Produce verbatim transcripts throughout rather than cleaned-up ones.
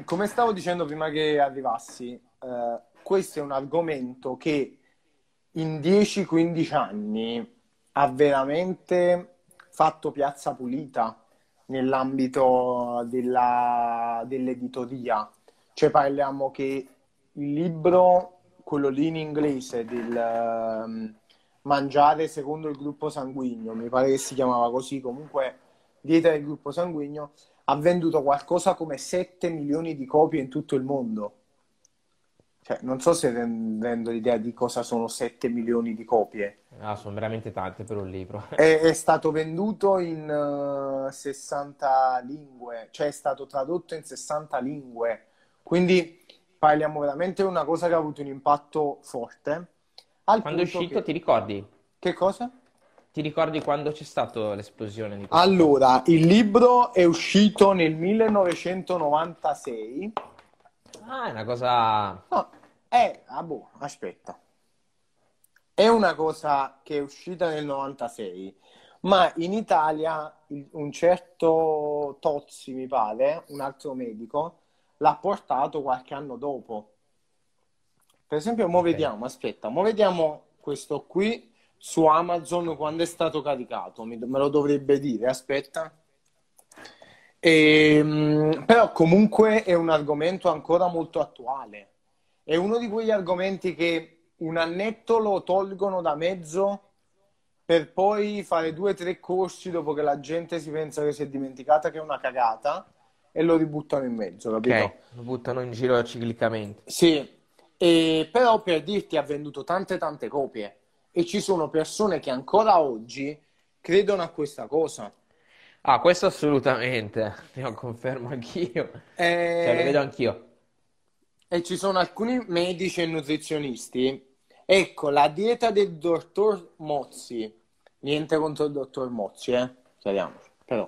come stavo dicendo prima che arrivassi, eh, questo è un argomento che in dieci quindici anni ha veramente fatto piazza pulita nell'ambito della- dell'editoria. Cioè parliamo che il libro, quello lì in inglese, del ehm, Mangiare secondo il gruppo sanguigno, mi pare che si chiamava così, comunque Dieta del gruppo sanguigno, ha venduto qualcosa come sette milioni di copie in tutto il mondo. Cioè, non so se rendo l'idea di cosa sono sette milioni di copie. Ah, sono veramente tante per un libro. È, è stato venduto in eh, sessanta lingue, cioè è stato tradotto in sessanta lingue. Quindi parliamo veramente di una cosa che ha avuto un impatto forte, al Quando è punto uscito, che... ti ricordi? Che cosa? Ti ricordi quando c'è stata l'esplosione di questa cosa? Allora, il libro è uscito nel millenovecentonovantasei. Ah, è una cosa... No, è... Ah, boh, aspetta. È una cosa che è uscita nel novantasei, ma in Italia il- un certo Tozzi, mi pare, un altro medico, l'ha portato qualche anno dopo. Per esempio, mo Ok. vediamo, aspetta, mo vediamo questo qui su Amazon quando è stato caricato, mi- me lo dovrebbe dire, aspetta. Ehm, però comunque è un argomento ancora molto attuale. È uno di quegli argomenti che un annetto lo tolgono da mezzo per poi fare due o tre corsi dopo che la gente si pensa che si è dimenticata che è una cagata e lo ributtano in mezzo, capito? Ok, lo buttano in giro ciclicamente. Sì, e però per dirti ha venduto tante tante copie e ci sono persone che ancora oggi credono a questa cosa. Ah, questo assolutamente, lo confermo anch'io. Cioè, lo Eh, vedo anch'io. E ci sono alcuni medici e nutrizionisti. Ecco, la dieta del dottor Mozzi, niente contro il dottor Mozzi, eh? Chiariamoci, però.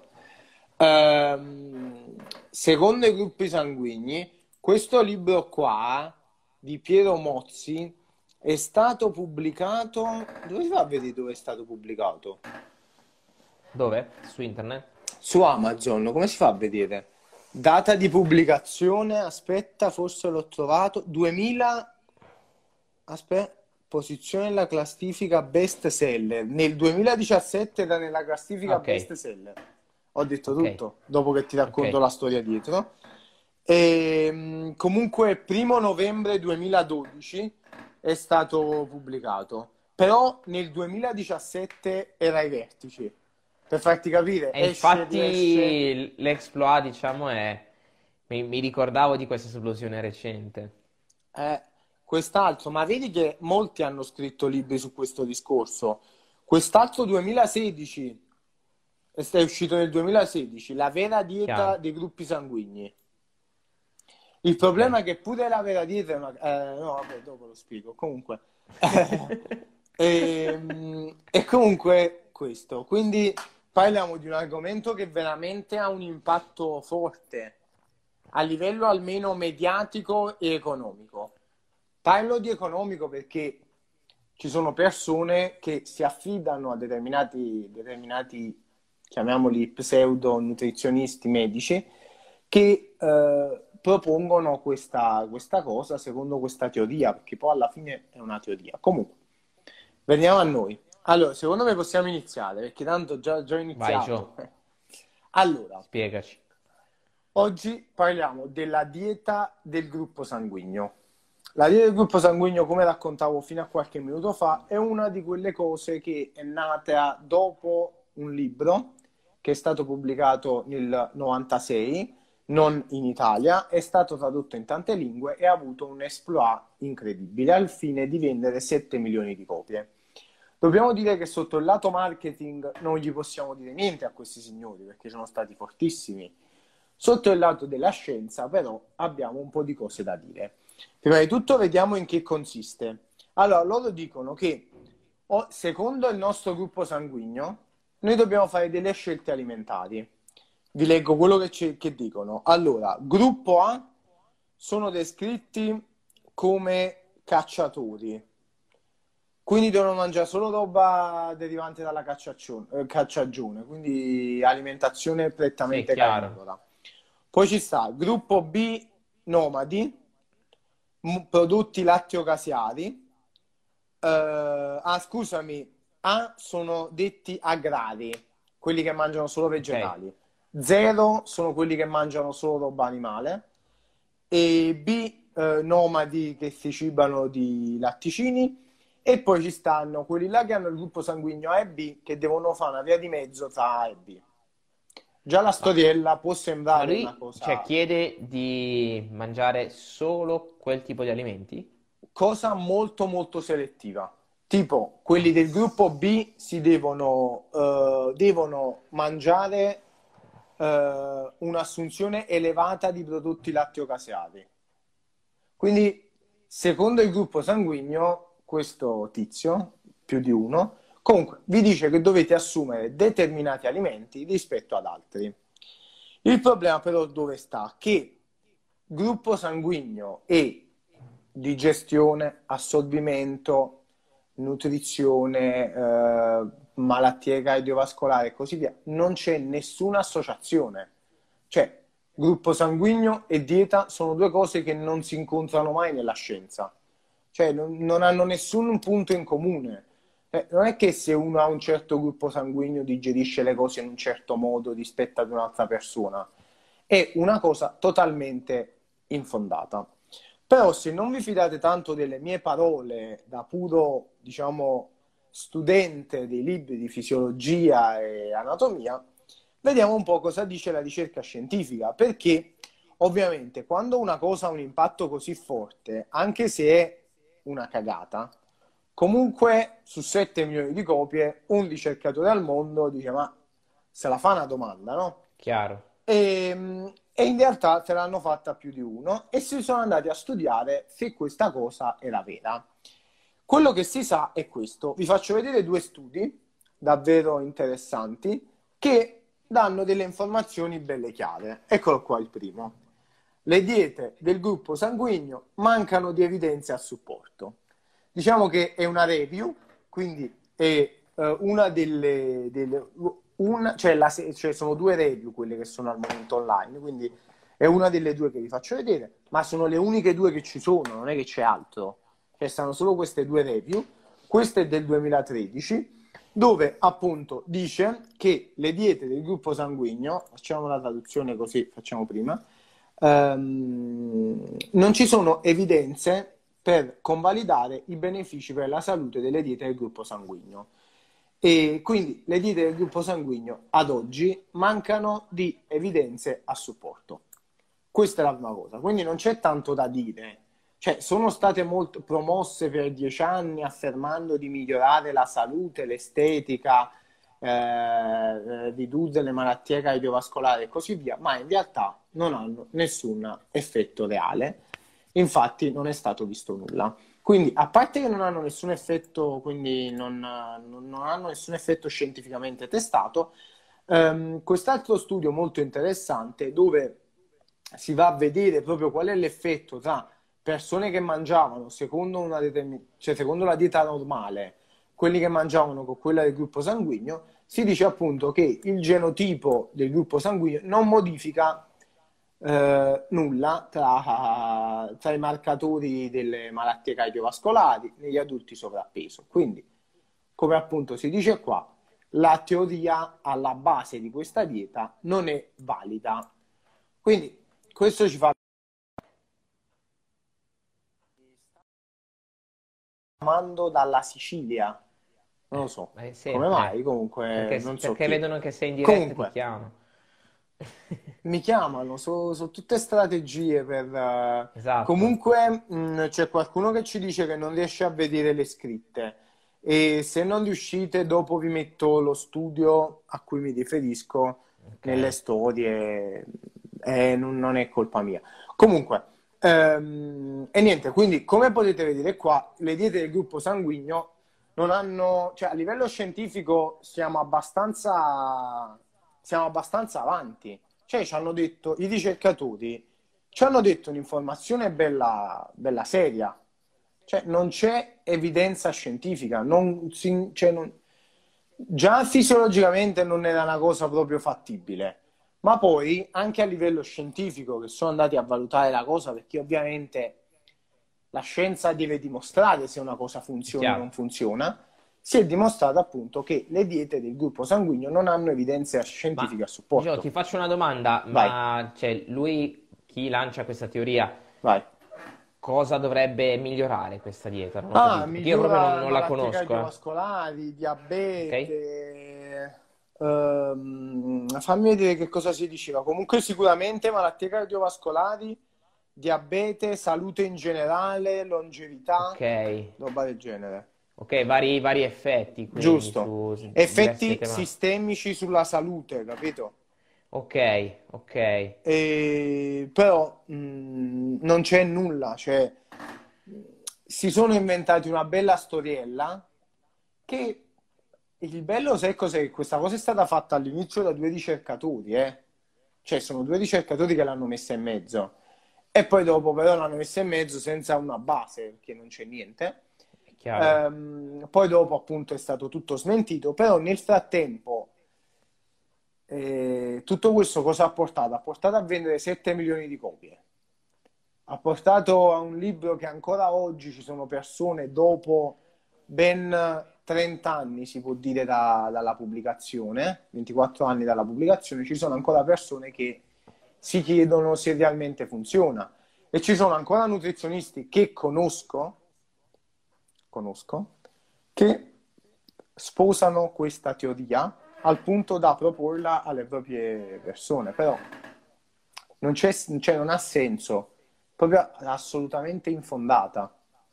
Ehm, secondo i gruppi sanguigni, questo libro qua di Piero Mozzi è stato pubblicato. Dove si va a vedere dove è stato pubblicato? Dove? Su internet? Su Amazon, come si fa a vedere? Data di pubblicazione, aspetta, forse l'ho trovato, duemila, aspetta, posizione nella classifica best seller. Nel duemiladiciassette era nella Ah, classifica ok, best seller. Ho detto ok, tutto, dopo che ti ok. racconto la storia dietro. E, comunque, primo novembre duemiladodici è stato pubblicato, però nel duemiladiciassette era ai vertici. Per farti capire, E esce, riesce. infatti l'exploit, diciamo, è... Mi, mi ricordavo di questa esplosione recente. Eh, quest'altro, ma vedi che molti hanno scritto libri su questo discorso. Quest'altro duemilasedici, è è uscito nel duemilasedici, La vera dieta Chiaro, dei gruppi sanguigni. Il ok. problema è che pure la vera dieta è una... eh, no, vabbè, dopo lo spiego. Comunque, ehm, e, comunque questo. Quindi parliamo di un argomento che veramente ha un impatto forte a livello almeno mediatico e economico. Parlo di economico perché ci sono persone che si affidano a determinati, determinati chiamiamoli pseudo nutrizionisti medici, che eh, propongono questa, questa cosa secondo questa teoria, perché poi alla fine è una teoria. Comunque, veniamo a noi. Allora, secondo me possiamo iniziare, perché tanto già, già ho Vai, Gio, iniziato. Allora, spiegaci. oggi parliamo della dieta del gruppo sanguigno. La dieta del gruppo sanguigno, come raccontavo fino a qualche minuto fa, è una di quelle cose che è nata dopo un libro che è stato pubblicato nel novantasei, non in Italia, è stato tradotto in tante lingue e ha avuto un exploit incredibile al fine di vendere sette milioni di copie. Dobbiamo dire che sotto il lato marketing non gli possiamo dire niente a questi signori perché sono stati fortissimi. Sotto il lato della scienza, però, abbiamo un po' di cose da dire. Prima di tutto, vediamo in che consiste. Allora, loro dicono che, secondo il nostro gruppo sanguigno, noi dobbiamo fare delle scelte alimentari. Vi leggo quello che, ci, che dicono. Allora, gruppo A sono descritti come cacciatori, quindi devono mangiare solo roba derivante dalla cacciaccione- eh, cacciagione, quindi alimentazione Sì, prettamente chiaro. carnivora. Poi ci sta il gruppo B, nomadi, m- prodotti lattico-caseari, eh, ah scusami, A sono detti agrari, quelli che mangiano solo Ok. vegetali, zero sono quelli che mangiano solo roba animale, e B, eh, nomadi che si cibano di latticini, e poi ci stanno quelli là che hanno il gruppo sanguigno A e B, che devono fare una via di mezzo tra A e B. Già la Ma, storiella può ma sembrare una lui, cioè, cosa, chiede di mangiare solo quel tipo di alimenti? cosa molto molto selettiva. Tipo, quelli del gruppo B si devono, eh, devono mangiare eh, un'assunzione elevata di prodotti lattico-caseari. Quindi, secondo il gruppo sanguigno, questo tizio, più di uno, comunque vi dice che dovete assumere determinati alimenti rispetto ad altri. Il problema però dove sta? Che gruppo sanguigno e digestione, assorbimento, nutrizione, eh, malattie cardiovascolari e così via, non c'è nessuna associazione. Cioè, gruppo sanguigno e dieta sono due cose che non si incontrano mai nella scienza. Cioè, non, non hanno nessun punto in comune. Eh, non è che se uno ha un certo gruppo sanguigno digerisce le cose in un certo modo rispetto ad un'altra persona. È una cosa totalmente infondata. Però se non vi fidate tanto delle mie parole da puro, diciamo, studente dei libri di fisiologia e anatomia, vediamo un po' cosa dice la ricerca scientifica, perché ovviamente quando una cosa ha un impatto così forte, anche se è una cagata, comunque su sette milioni di copie un ricercatore al mondo dice ma se la fa una domanda, no? Chiaro. E, e in realtà te l'hanno fatta più di uno e si sono andati a studiare se questa cosa era vera. Quello che si sa è questo. Vi faccio vedere due studi davvero interessanti che danno delle informazioni belle chiare. Eccolo qua il primo. Le diete del gruppo sanguigno mancano di evidenze a supporto. Diciamo che è una review, quindi è eh, una delle, delle una, cioè, la, cioè sono due review quelle che sono al momento online, quindi è una delle due che vi faccio vedere, ma sono le uniche due che ci sono, non è che c'è altro. Cioè, stanno solo queste due review. Questa è del duemilatredici, dove appunto dice che le diete del gruppo sanguigno, facciamo la traduzione così, facciamo prima, ehm, non ci sono evidenze per convalidare i benefici per la salute delle diete del gruppo sanguigno. E quindi le diete del gruppo sanguigno ad oggi mancano di evidenze a supporto. Questa è la prima cosa, quindi non c'è tanto da dire. Cioè, sono state molto promosse per dieci anni affermando di migliorare la salute, l'estetica, eh, ridurre le malattie cardiovascolari e così via, ma in realtà non hanno nessun effetto reale. Infatti non è stato visto nulla. Quindi, a parte che non hanno nessun effetto, quindi non, non- non hanno nessun effetto scientificamente testato, ehm, quest'altro studio molto interessante dove si va a vedere proprio qual è l'effetto tra persone che mangiavano secondo una determin- cioè secondo la dieta normale, quelli che mangiavano con quella del gruppo sanguigno, si dice appunto che il genotipo del gruppo sanguigno non modifica eh, nulla tra, tra i marcatori delle malattie cardiovascolari negli adulti sovrappeso. Quindi, come appunto si dice qua, la teoria alla base di questa dieta non è valida. Quindi, questo ci fa chiamando dalla Sicilia, non lo so Ma è come sempre. mai, comunque Perché, non so perché chi. vedono che sei in diretta e ti Comunque, chiamano. mi chiamano, sono tutte strategie per... eh, Esatto. Comunque mh, c'è qualcuno che ci dice che non riesce a vedere le scritte e se non riuscite dopo vi metto lo studio a cui mi riferisco Ok. nelle storie e non, non è colpa mia. Comunque, ehm, e niente, quindi come potete vedere qua, le diete del gruppo sanguigno non hanno, cioè a livello scientifico siamo abbastanza, siamo abbastanza avanti. Cioè, ci hanno detto, i ricercatori ci hanno detto un'informazione bella, bella seria. Cioè, non c'è evidenza scientifica, non si- cioè, non- già fisiologicamente non era una cosa proprio fattibile, ma poi anche a livello scientifico che sono andati a valutare la cosa, perché ovviamente la scienza deve dimostrare se una cosa funziona o chiaro. non funziona, si è dimostrato appunto che le diete del gruppo sanguigno non hanno evidenze Ma scientifiche a diciamo, supporto. ti faccio una domanda, Vai, ma cioè, lui, chi lancia questa teoria, vai. cosa dovrebbe migliorare questa dieta? Non ho Ah, capito, perché io proprio non, migliora non la malattie conosco, eh. cardiovascolari, Ok? diabete. Ehm, fammi vedere che cosa si diceva. Comunque, sicuramente malattie cardiovascolari, diabete, salute in generale, Ok, longevità, roba del genere. ok, vari, vari effetti quindi Giusto. su, su diverse Effetti tematiche. sistemici sulla salute, capito? Ok, ok. E- però mh, non c'è nulla, cioè si sono inventati una bella storiella che il bello sai cos'è? Che questa cosa è stata fatta all'inizio da due ricercatori, eh? Cioè sono due ricercatori che l'hanno messa in mezzo e poi dopo però l'hanno messa in mezzo senza una base, perché non c'è niente. È chiaro. Ehm, poi dopo appunto è stato tutto smentito, però nel frattempo eh, tutto questo cosa ha portato? Ha portato a vendere sette milioni di copie. Ha portato a un libro che ancora oggi ci sono persone dopo ben trenta anni, si può dire, da- dalla pubblicazione, ventiquattro anni dalla pubblicazione, ci sono ancora persone che si chiedono se realmente funziona. E ci sono ancora nutrizionisti che conosco, conosco, che sposano questa teoria al punto da proporla alle proprie persone, però non c'è, cioè non ha senso, proprio assolutamente infondata.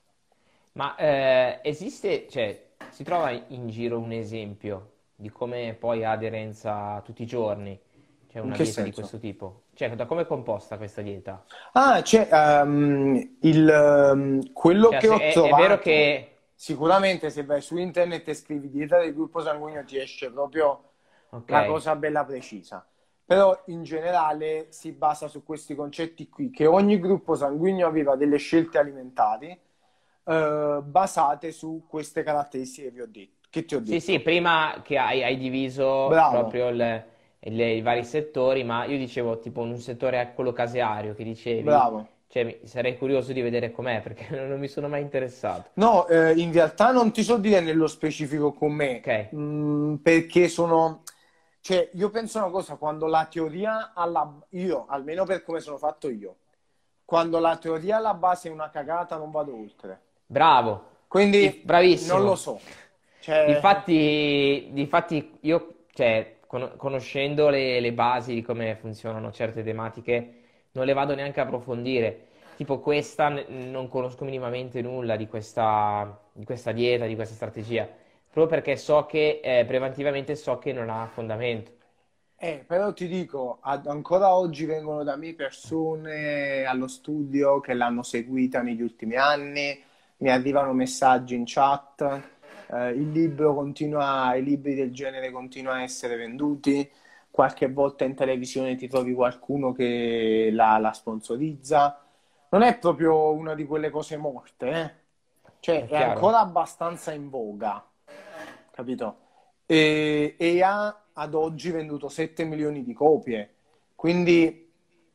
Ma eh, esiste, cioè, si trova in giro un esempio di come poi ha aderenza tutti i giorni? C'è In una che dieta di senso? questo tipo? Cioè, da come è composta questa dieta? Ah, c'è ehm, il, ehm, quello Cioè, che se- ho è, è vero trovato. che... Sicuramente se vai su internet e scrivi dieta del gruppo sanguigno ti esce proprio Ok, la cosa bella precisa. Però in generale si basa su questi concetti qui, che ogni gruppo sanguigno aveva delle scelte alimentari eh, basate su queste caratteristiche che vi ho detto, che ti ho sì, sì, detto. prima che hai, hai diviso Bravo, proprio il- il- i vari settori, ma io dicevo tipo un settore è quello caseario che dicevi, bravo. cioè mi- sarei curioso di vedere com'è perché non, non mi sono mai interessato. No, eh, in realtà non ti so dire nello specifico con me, Ok, mh, perché sono... Cioè, io penso una cosa, quando la teoria alla... Io, almeno per come sono fatto io, quando la teoria alla base è una cagata non vado oltre. bravo, Inf- Quindi non lo bravissimo. so. Cioè, Difatti, difatti io, cioè, con- conoscendo le, le basi di come funzionano certe tematiche, non le vado neanche a approfondire. Tipo questa, n- non conosco minimamente nulla di questa, di questa dieta, di questa strategia, proprio perché so che, eh, preventivamente so che non ha fondamento. Eh, però ti dico, ad- ancora oggi vengono da me persone allo studio che l'hanno seguita negli ultimi anni, mi arrivano messaggi in chat, eh, il libro continua, i libri del genere continuano a essere venduti, qualche volta in televisione ti trovi qualcuno che la, la sponsorizza. Non è proprio una di quelle cose morte, eh? Cioè È è chiaro? ancora abbastanza in voga, capito? E, e ha ad oggi venduto sette milioni di copie, quindi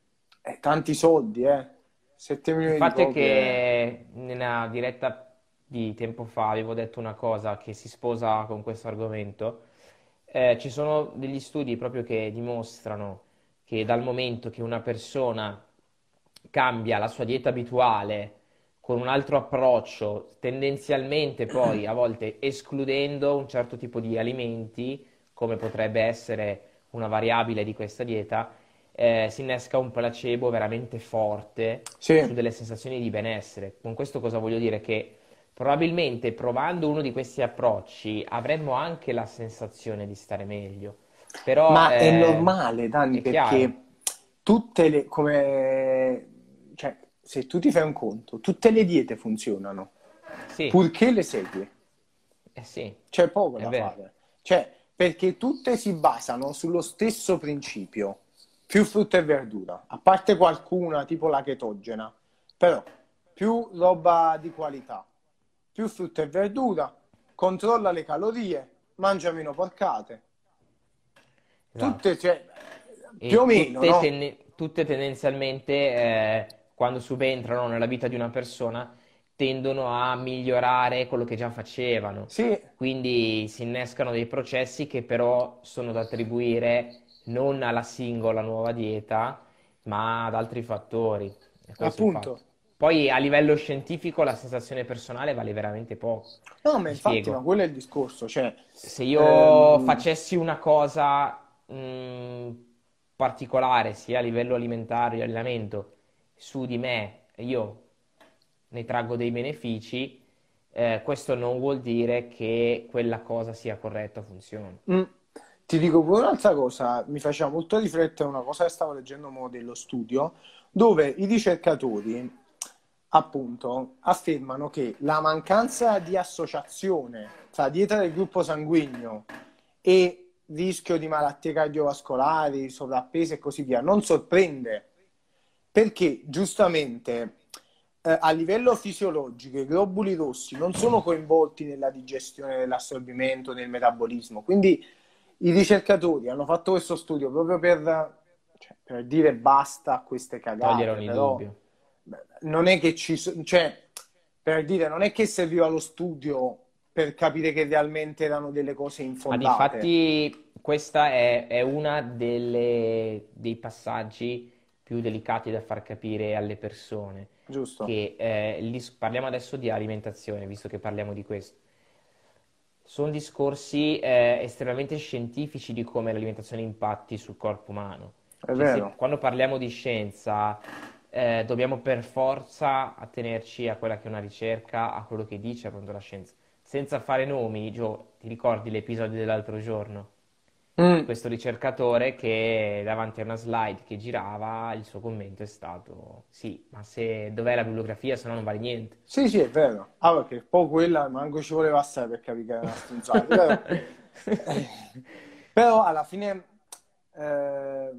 è tanti soldi, eh? sette Il milioni di fatto è copie. che nella diretta di tempo fa avevo detto una cosa che si sposa con questo argomento. Eh, ci sono degli studi proprio che dimostrano che dal momento che una persona cambia la sua dieta abituale con un altro approccio, tendenzialmente poi a volte escludendo un certo tipo di alimenti, come potrebbe essere una variabile di questa dieta, eh, si innesca un placebo veramente forte su Sì, delle sensazioni di benessere. Con questo cosa voglio dire? Che probabilmente provando uno di questi approcci avremmo anche la sensazione di stare meglio, però ma è eh, normale, Dani, è chiaro, perché tutte le, come, cioè, se tu ti fai un conto, tutte le diete funzionano, sì, purché le segui. eh sì, C'è poco è da vero, fare. Cioè, perché tutte si basano sullo stesso principio, più frutta e verdura, a parte qualcuna tipo la chetogena, però più roba di qualità, più frutta e verdura, controlla le calorie, mangia meno porcate. esatto. Tutte, cioè, Più o e meno, tutte, no? tenne- tutte tendenzialmente, eh, quando subentrano nella vita di una persona, tendono a migliorare quello che già facevano. Sì, Quindi si innescano dei processi che però sono da attribuire non alla singola nuova dieta, ma ad altri fattori. E questo è il fatto. appunto. Poi a livello scientifico la sensazione personale vale veramente poco. No, ma Mi infatti, ma spiego. quello è il discorso, cioè, Se io ehm, facessi una cosa mh, particolare, sia a livello alimentare, di allenamento, su di me, e io ne traggo dei benefici, eh, questo non vuol dire che quella cosa sia corretta o funzioni. mm, ti dico pure un'altra cosa, mi faceva molto riflettere una cosa che stavo leggendo mo dello studio, dove i ricercatori, appunto, affermano che la mancanza di associazione tra dieta del gruppo sanguigno e rischio di malattie cardiovascolari, sovrappeso e così via non sorprende, perché giustamente eh, a livello fisiologico i globuli rossi non sono coinvolti nella digestione, nell'assorbimento, nel metabolismo. Quindi i ricercatori hanno fatto questo studio proprio per, cioè, per dire basta a queste Togliere cagate, ogni però dubbio. beh, non è che ci so- cioè, per dire, non è che serviva lo studio per capire che realmente erano delle cose Ma infondate, difatti questa è, è una delle, dei passaggi più delicati da far capire alle persone, giusto? che eh, il dis- parliamo adesso di alimentazione, visto che parliamo di questo. Sono discorsi eh, estremamente scientifici di come l'alimentazione impatti sul corpo umano. È Cioè, se, vero. quando parliamo di scienza, eh, dobbiamo per forza attenerci a quella che è una ricerca, a quello che dice appunto la scienza. Senza fare nomi, Gio, ti ricordi l'episodio dell'altro giorno? Di Mm. questo ricercatore che davanti a una slide che girava, il suo commento è stato: sì, ma se dov'è la bibliografia, se no non vale niente. Sì, sì, è vero. Ah, perché poi quella manco ci voleva stare per capire che era una stronzata. Però, eh, però alla fine eh,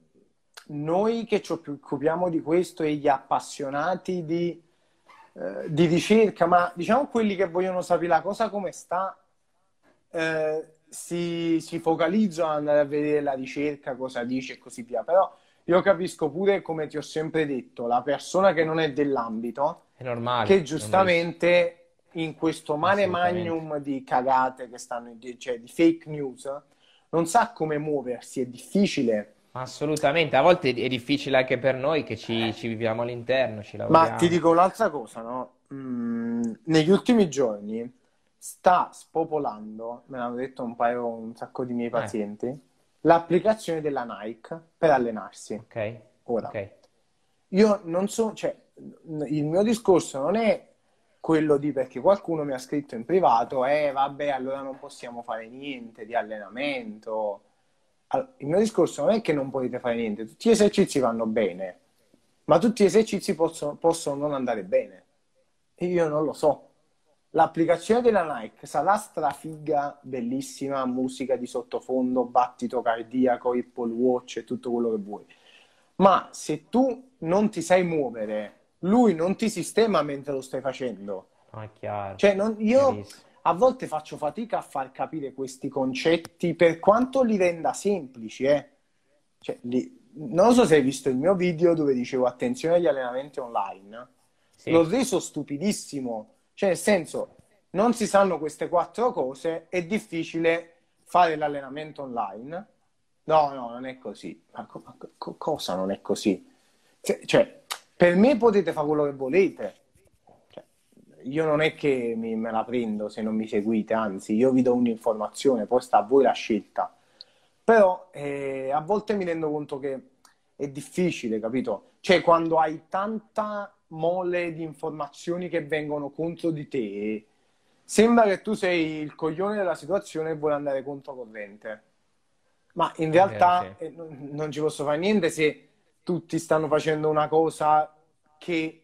noi che ci occupiamo di questo e gli appassionati di, eh, di ricerca, ma diciamo quelli che vogliono sapere la cosa come sta, eh, si, si focalizzano ad andare a vedere la ricerca, cosa dice e così via. Però io capisco pure, come ti ho sempre detto, la persona che non è dell'ambito, È normale, che è normalissimo, giustamente in questo mare assolutamente. magnum di cagate che stanno, cioè di fake news, non sa come muoversi, è difficile. Assolutamente, a volte è difficile anche per noi che ci, ci viviamo all'interno, ci Ma ti lavoriamo. dico un'altra cosa, no? Mm, negli ultimi giorni sta spopolando, me l'hanno detto un paio, un sacco di miei Eh, pazienti, l'applicazione della Nike per allenarsi. ok, ok. Ora, io non so, cioè, il mio discorso non è quello di perché qualcuno mi ha scritto in privato, eh, vabbè, allora non possiamo fare niente di allenamento. Allora, il mio discorso non è che non potete fare niente, tutti gli esercizi vanno bene, ma tutti gli esercizi possono, possono non andare bene. E io non lo so. L'applicazione della Nike sarà strafiga, bellissima, musica di sottofondo, battito cardiaco, Apple Watch e tutto quello che vuoi. Ma se tu non ti sai muovere, lui non ti sistema mentre lo stai facendo. No, è chiaro, Cioè, non- io chiarissimo. a volte faccio fatica a far capire questi concetti per quanto li renda semplici, eh. Cioè, li- non so se hai visto il mio video dove dicevo attenzione agli allenamenti online. L'ho Sì, reso stupidissimo. Cioè, nel senso, non si sanno queste quattro cose, è difficile fare l'allenamento online. No, no, non è così. Ma co- ma co- cosa non è così? Cioè, cioè, per me potete fare quello che volete. Cioè, io non è che mi- me la prendo se non mi seguite, anzi, io vi do un'informazione, poi sta a voi la scelta. Però eh, a volte mi rendo conto che è difficile, capito? Cioè, quando hai tanta mole di informazioni che vengono contro di te, sembra che tu sei il coglione della situazione e vuoi andare controcorrente. Ma in è vero, sì. realtà eh, non non ci posso fare niente se tutti stanno facendo una cosa che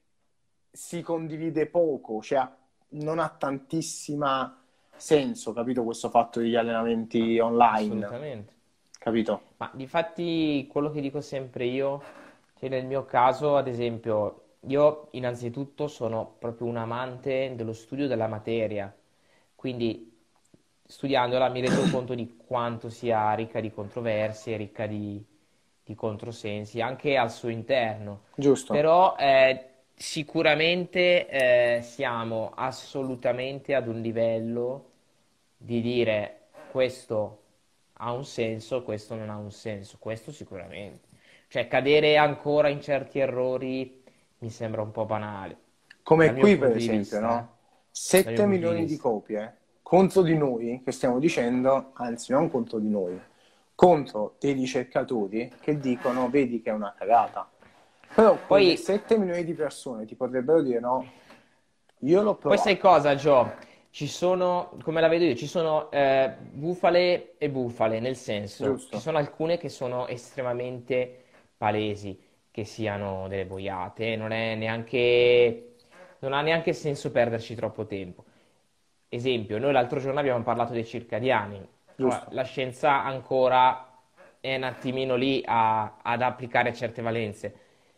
si condivide poco, cioè non ha tantissima senso, capito? Questo fatto degli allenamenti online, Assolutamente. capito? Ma difatti quello che dico sempre io, cioè nel mio caso, ad esempio, io innanzitutto sono proprio un amante dello studio della materia, quindi studiandola mi rendo conto di quanto sia ricca di controversie, ricca di, di controsensi anche al suo interno. Giusto. Però eh, sicuramente eh, siamo assolutamente ad un livello di dire questo ha un senso, questo non ha un senso, questo sicuramente. Cioè cadere ancora in certi errori mi sembra un po' banale, Come dal mio qui, per punto di esempio, vista, eh. no? Dal mio sette punto di milioni di vista. copie contro di noi, che stiamo dicendo, anzi non contro di noi, contro dei ricercatori che dicono, vedi che è una cagata. Però quelle Poi sette milioni di persone ti potrebbero dire, no, io l'ho Poi sai provata. cosa, Gio? Ci sono, come la vedo io, ci sono eh, bufale e bufale, nel senso, ci Giusto? sono alcune che sono estremamente palesi, che siano delle boiate, non è neanche, non ha neanche senso perderci troppo tempo. Esempio, noi l'altro giorno abbiamo parlato dei circadiani. Ora, Giusto. la scienza ancora è un attimino lì a- ad applicare certe valenze.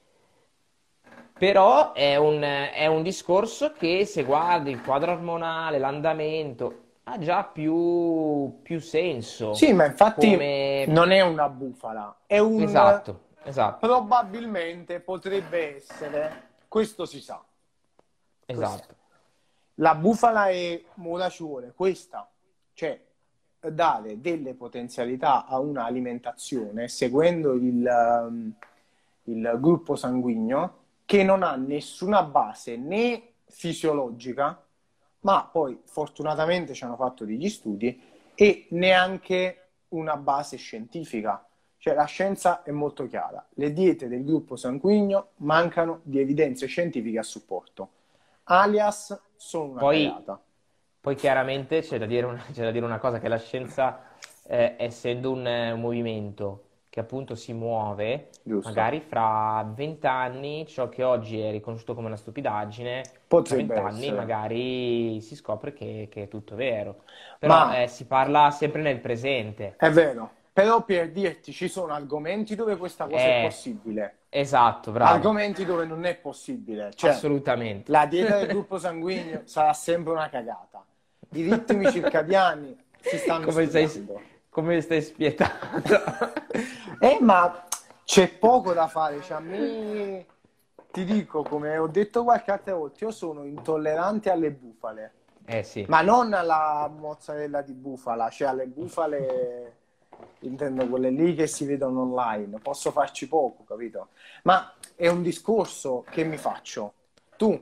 Però è un, è un discorso che se guardi il quadro ormonale, l'andamento, ha già più, più senso. Sì, ma infatti Come... non è una bufala, è un Esatto, esatto, probabilmente potrebbe essere, questo si sa. Questo. esatto. La bufala è, ora ci vuole questa, cioè dare delle potenzialità a una alimentazione seguendo il, um, il gruppo sanguigno che non ha nessuna base né fisiologica, ma poi fortunatamente ci hanno fatto degli studi e neanche una base scientifica. Cioè la scienza è molto chiara, le diete del gruppo sanguigno mancano di evidenze scientifiche a supporto, alias sono una Poi, cagata. poi chiaramente c'è da dire una, c'è da dire una cosa, che la scienza, eh, essendo un, eh, un movimento che appunto si muove, Giusto? magari fra vent'anni ciò che oggi è riconosciuto come una stupidaggine, fra Potrebbe vent'anni essere. magari si scopre che, che è tutto vero. Però Ma eh, si parla sempre nel presente. è vero, però per dirti ci sono argomenti dove questa cosa è Eh, possibile, esatto, bravo, argomenti dove non è possibile. Cioè, assolutamente. la dieta del gruppo sanguigno sarà sempre una cagata. I ritmi circadiani si stanno Come stai, studiando. come stai spietato. Eh, ma c'è poco da fare. Cioè, a me, ti dico, come ho detto qualche altra volta, io sono intollerante alle bufale. Eh sì. Ma non alla mozzarella di bufala, cioè alle bufale, intendo quelle lì che si vedono online. Posso farci poco, capito? Ma è un discorso che mi faccio. Tu,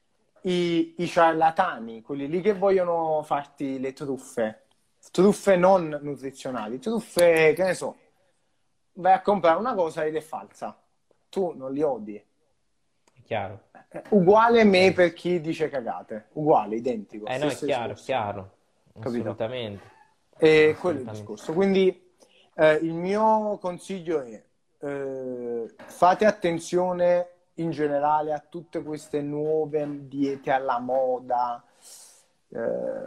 i, i ciarlatani, quelli lì che vogliono farti le truffe, truffe non nutrizionali, truffe, che ne so, vai a comprare una cosa ed è falsa. Tu non li odi. È chiaro, Eh, Uguale me per chiarissimo. chi dice cagate. Uguale, identico, Eh no, è stesso chiaro, è discorso. chiaro, Capito? assolutamente, E quello è il assolutamente. discorso. Quindi eh, il mio consiglio è eh, fate attenzione in generale a tutte queste nuove diete alla moda, eh,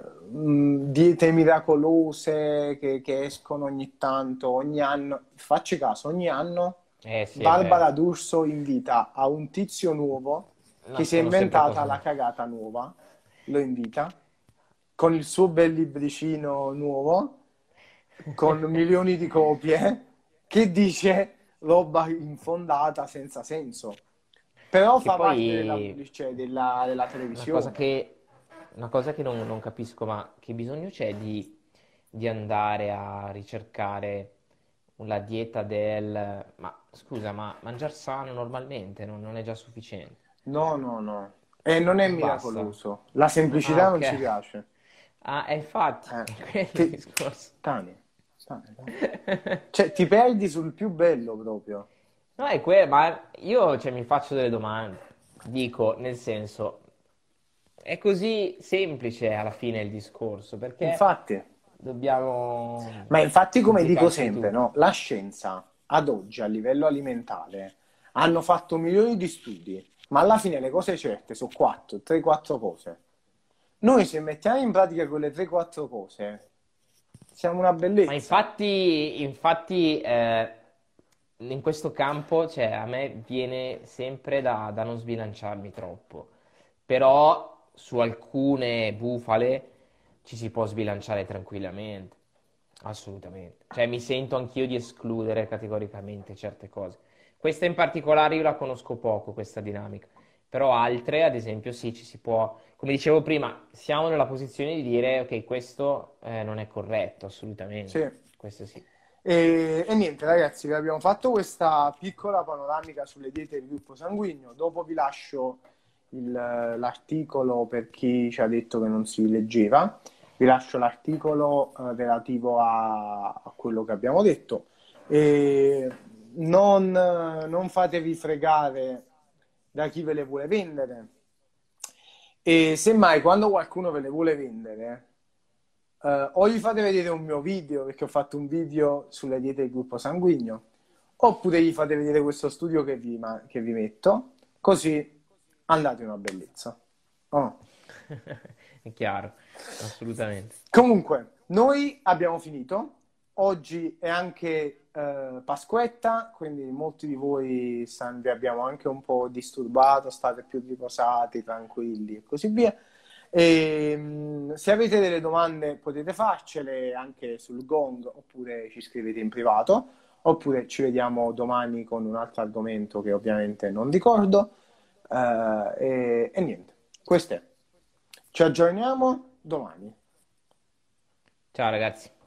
mh, diete miracolose che, che escono ogni tanto, ogni anno. Facci caso, ogni anno Eh sì, è vero, Barbara D'Urso invita a un tizio nuovo che si è nascono sempre inventata cose la nuove. cagata nuova, lo invita con il suo bel libricino nuovo, con milioni di copie, che dice roba infondata senza senso. Però Che fa parte della, poi pubblic- della, della una cosa televisione. che, una cosa che non, non capisco, ma che bisogno c'è di, di andare a ricercare la dieta del... Ma scusa, ma mangiare sano normalmente non, non è già sufficiente? No, no, no. E non è Non basta? miracoloso. La Ah, semplicità non ci ok. piace. Ah, e infatti, Eh, è quello il ti, discorso. Tani, Tani, Tani. Cioè, ti perdi sul più bello proprio. No, è quello, ma io cioè, mi faccio delle domande. Dico, nel senso, è così semplice alla fine il discorso, perché Infatti, dobbiamo ma infatti, come dico complicarci sempre, tutto. no? La scienza ad oggi a livello alimentare hanno fatto milioni di studi, ma alla fine le cose certe sono quattro, tre quattro cose. Noi se mettiamo in pratica quelle tre quattro cose, siamo una Ma bellezza. infatti, infatti eh, in questo campo, cioè, a me viene sempre da, da non sbilanciarmi troppo. Però su alcune bufale ci si può sbilanciare tranquillamente. Assolutamente. Cioè, mi sento anch'io di escludere categoricamente certe cose. Questa in particolare io la conosco poco, questa dinamica. Però altre, ad esempio, sì, ci si può, come dicevo prima, siamo nella posizione di dire, ok, questo eh, non è corretto, Sì. assolutamente. Questo sì. E, e niente, ragazzi, vi abbiamo fatto questa piccola panoramica sulle diete del gruppo sanguigno. Dopo vi lascio il- l'articolo per chi ci ha detto che non si leggeva. Vi lascio l'articolo eh, relativo a, a quello che abbiamo detto. E non, non fatevi fregare da chi ve le vuole vendere. E semmai, quando qualcuno ve le vuole vendere, eh, o gli fate vedere un mio video, perché ho fatto un video sulle diete del gruppo sanguigno, oppure gli fate vedere questo studio che vi, ma- che vi metto, così andate una bellezza. Oh no? È chiaro, assolutamente. Comunque, noi abbiamo finito. Oggi è anche eh, Pasquetta, quindi molti di voi san- vi abbiamo anche un po' disturbato, state più riposati, tranquilli e così via. E, mh, se avete delle domande potete farcele anche sul Gong oppure ci scrivete in privato, oppure ci vediamo domani con un altro argomento che ovviamente non ricordo. Eh, e, e niente, questo è. Ci aggiorniamo domani. Ciao ragazzi.